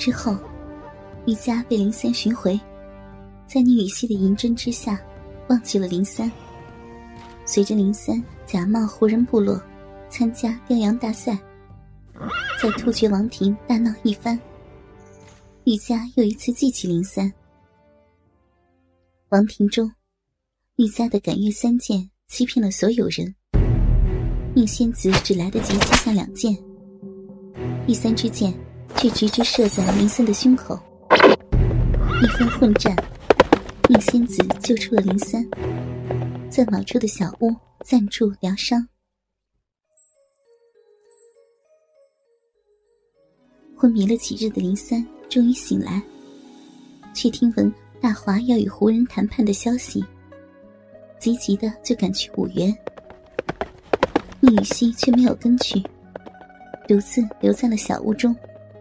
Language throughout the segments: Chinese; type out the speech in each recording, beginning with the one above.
之后，玉佳被林三寻回，在宁雨熙的银针之下忘记了林三。随着林三假冒胡人部落参加雕羊大赛，在突厥王庭大闹一番，玉佳又一次记起林三。王庭中，玉佳的赶月3箭欺骗了所有人，宁仙子只来得及击下2箭，第3支箭却直直射在林三的胸口。一番混战，宁仙子救出了林三，在某处的小屋暂住疗伤。昏迷了几日的林三终于醒来，却听闻大华要与胡人谈判的消息，急急的就赶去五原。宁雨熙却没有跟去，独自留在了小屋中。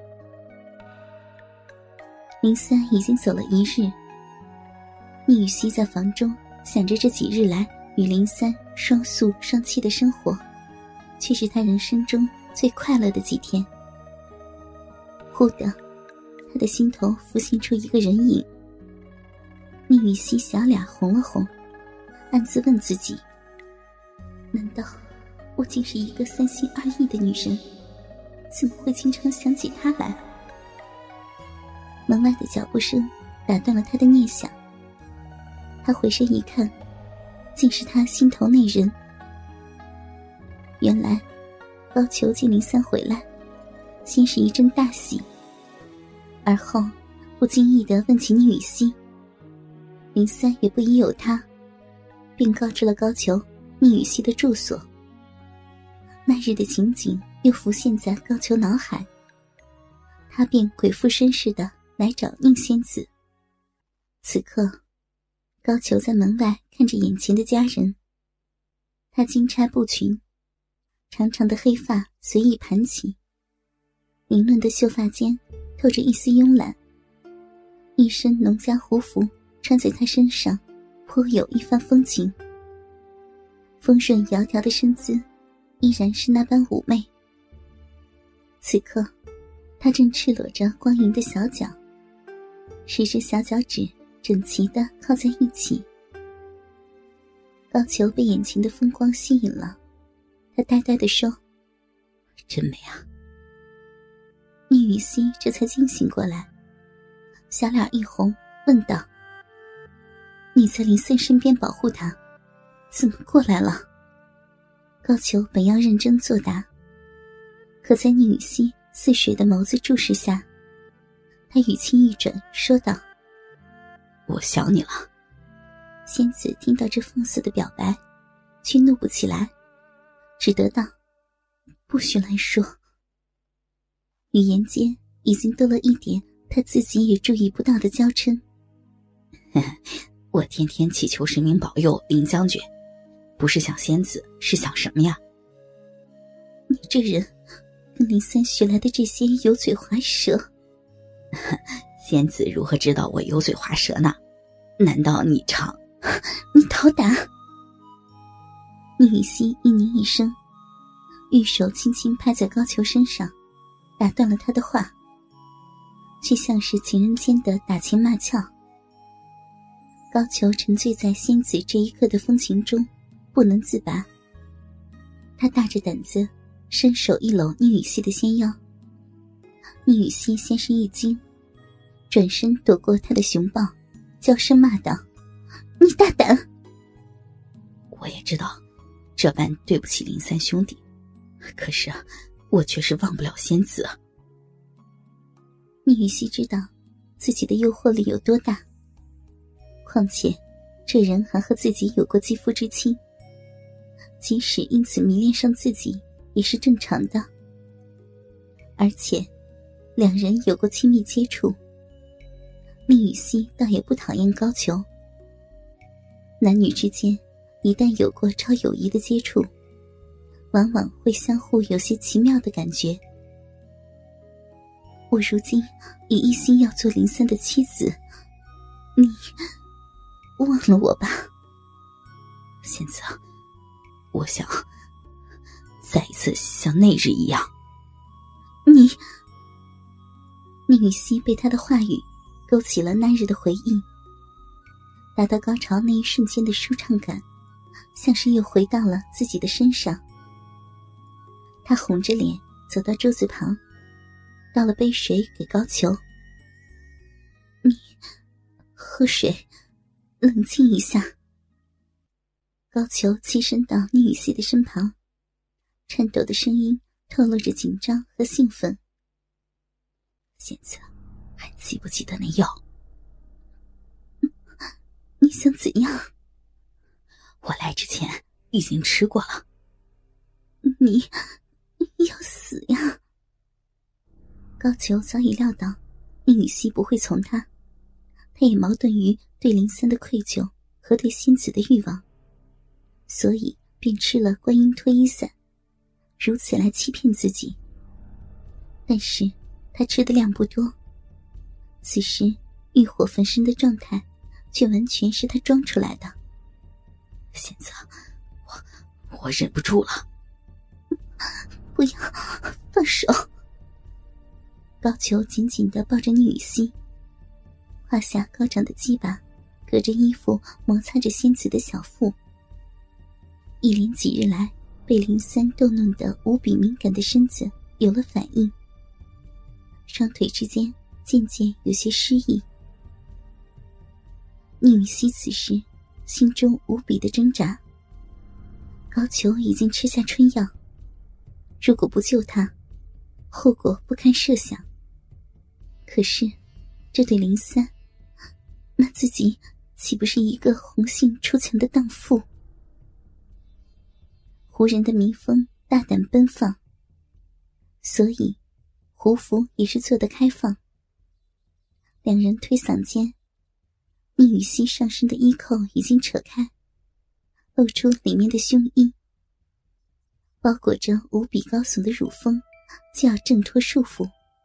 林三已经走了1日，宁雨熙在房中想着这几日来与林三双宿双栖的生活，却是他人生中最快乐的几天。忽的，他的心头浮现出一个人影。宁雨熙小脸红了红，暗自问自己：难道我竟是一个3心2意的女人？怎么会经常想起他来？门外的脚步声打断了他的念想。他回身一看，竟是他心头那人。原来高俅见林三回来，先是一阵大喜，而后不经意地问起宁雨熙。林三也不疑有他，便告知了高俅宁雨熙的住所。那日的情景又浮现在高俅脑海，他便鬼附身似的来找宁仙子。此刻高俅在门外看着眼前的家人，他金钗布裙，长长的黑发随意盘起，凌乱的秀发间透着一丝慵懒，一身农家胡服穿在他身上颇有一番风情。丰润窈窕的身姿依然是那般妩媚。此刻他正赤裸着光莹的小脚，10只小脚趾整齐地靠在一起。高俅被眼前的风光吸引了，他呆呆地说：真美啊。宁雨熙这才惊醒过来，小脸一红，问道：你在林森身边保护他，怎么过来了？高俅本要认真作答，可在宁雨熙似水的眸子注视下，他语气一转，说道：我想你了。仙子听到这放肆的表白，却怒不起来，只得道：不许乱说。语言间已经多了一点他自己也注意不到的娇嗔。我天天祈求神明保佑林将军，不是想仙子，是想什么呀？你这人跟林三学来的这些油嘴滑舌。仙子如何知道我油嘴滑舌呢？难道你常……你讨打！宁雨熙一凝一声，玉手轻轻拍在高俅身上，打断了他的话，却像是情人间的打情骂俏。高俅沉醉在仙子这一刻的风情中，不能自拔。他大着胆子伸手一搂宁雨熙的纤腰，宁雨熙先是一惊，转身躲过他的熊抱，娇声骂道：你大胆！我也知道这般对不起林三兄弟，可是我却是忘不了仙子啊。宁雨熙知道自己的诱惑力有多大，况且这人还和自己有过肌肤之亲，即使因此迷恋上自己也是正常的。而且两人有过亲密接触，宁雨熙倒也不讨厌高俅。男女之间一旦有过超友谊的接触，往往会相互有些奇妙的感觉。我如今也一心要做林三的妻子，你忘了我吧。仙子，我想再一次像那日一样。你宁雨熙被他的话语勾起了那日的回忆，达到高潮那一瞬间的舒畅感，像是又回到了自己的身上。他红着脸走到桌子旁，倒了杯水给高俅：“你喝水，冷静一下。”高俅栖身到宁雨熙的身旁，颤抖的声音透露着紧张和兴奋：“ 现在还记不记得那药？”“ 你想怎样？”“ 我来之前已经吃过了。”“ 你要死呀！”高俅早已料到宁雨熙不会从他，他也矛盾于对林三的愧疚和对仙子的欲望，所以便吃了观音脱衣散，如此来欺骗自己。但是他吃的量不多，此时欲火焚身的状态却完全是他装出来的。 “现在我忍不住了。”“ 不要，放手！”高俅紧紧地抱着宁雨熙，胯下高长的鸡巴隔着衣服摩擦着仙子的小腹。一连几日来被林三逗弄得无比敏感的身子有了反应，双腿之间渐渐有些失意。宁雨熙此时心中无比的挣扎，高俅已经吃下春药，如果不救他，后果不堪设想。可是这对林三，那自己岂不是一个红杏出墙的荡妇？胡人的民风大胆奔放，所以胡服也是做得开放。两人推搡间，宁雨熙上身的衣扣已经扯开，露出里面的胸衣，包裹着无比高耸的乳峰，就要挣脱束缚。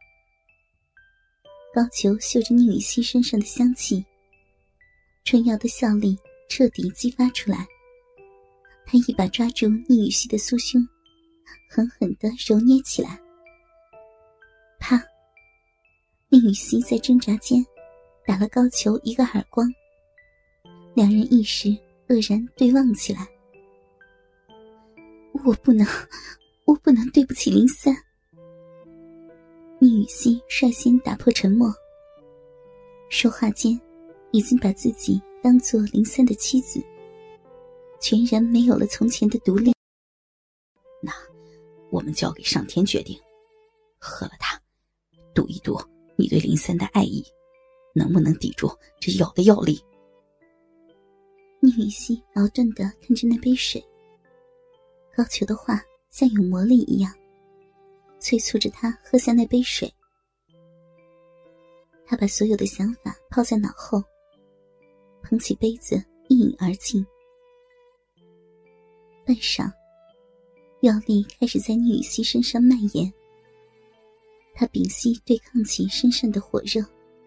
高俅嗅着宁雨熙身上的香气，春药的效力彻底激发出来。他一把抓住宁雨熙的酥胸，狠狠地揉捏起来。啪！宁雨熙在挣扎间打了高俅一个耳光，两人一时愕然对望起来。我不能对不起林三。宁雨熙率先打破沉默，说话间已经把自己当作林三的妻子，全然没有了从前的独立。 “那我们交给上天决定，喝了它，赌一赌你对林三的爱意，能不能抵住这药的药力？” 宁雨熙矛盾地看着那杯水，高俅的话像有魔力一样，催促着他喝下那杯水。他把所有的想法抛在脑后，捧起杯子一饮而尽。半晌，药力开始在宁雨熙身上蔓延，他屏息对抗起身上的火热。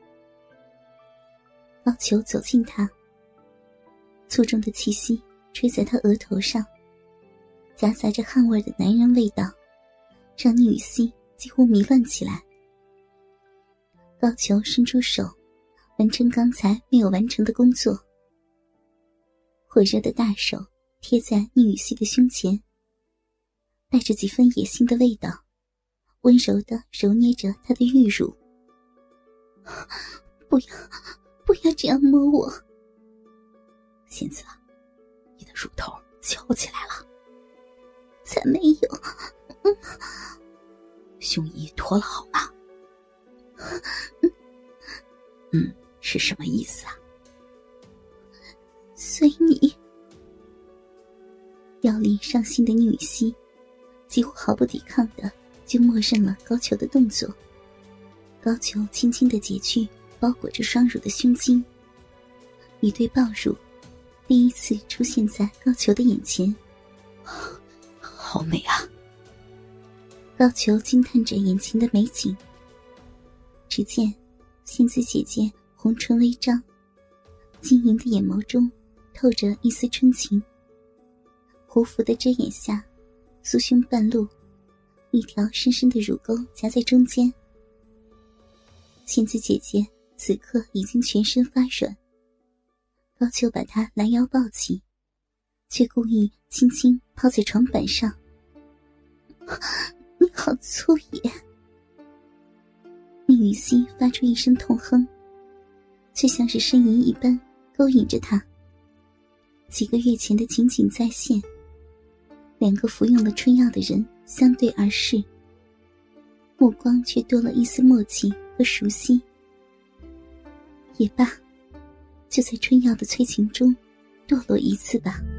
高俅走近他，粗重的气息吹在他额头上，夹杂着汗味的男人味道让宁雨熙几乎迷乱起来。高俅伸出手完成刚才没有完成的工作，火热的大手贴在宁雨熙的胸前，带着几分野性的味道，温柔地揉捏着她的玉乳。不要这样摸我！ 仙子，你的乳头翘起来了。 才没有。 胸衣脱了好吗？是什么意思啊？ 随你。药力上心的宁雨熙几乎毫不抵抗的就默认了高俅的动作。高俅轻轻地解去包裹着双乳的胸襟，一对抱乳第一次出现在高俅的眼前。 好美啊！ 高俅惊叹着眼前的美景。只见仙子姐姐红唇微张，晶莹的眼眸中透着一丝春情。胡服的遮掩下，酥胸半露，一条深深的乳沟夹在中间。 仙子姐姐此刻已经全身发软，高秋把她拦腰抱起，却故意轻轻抛在床板上。你好粗野！宁雨熙发出一声痛哼，却像是呻吟一般勾引着他。几个月前的情景再现，两个服用了春药的人相对而视，目光却多了一丝默契和熟悉。也罢，就在春药的催情中堕落一次吧。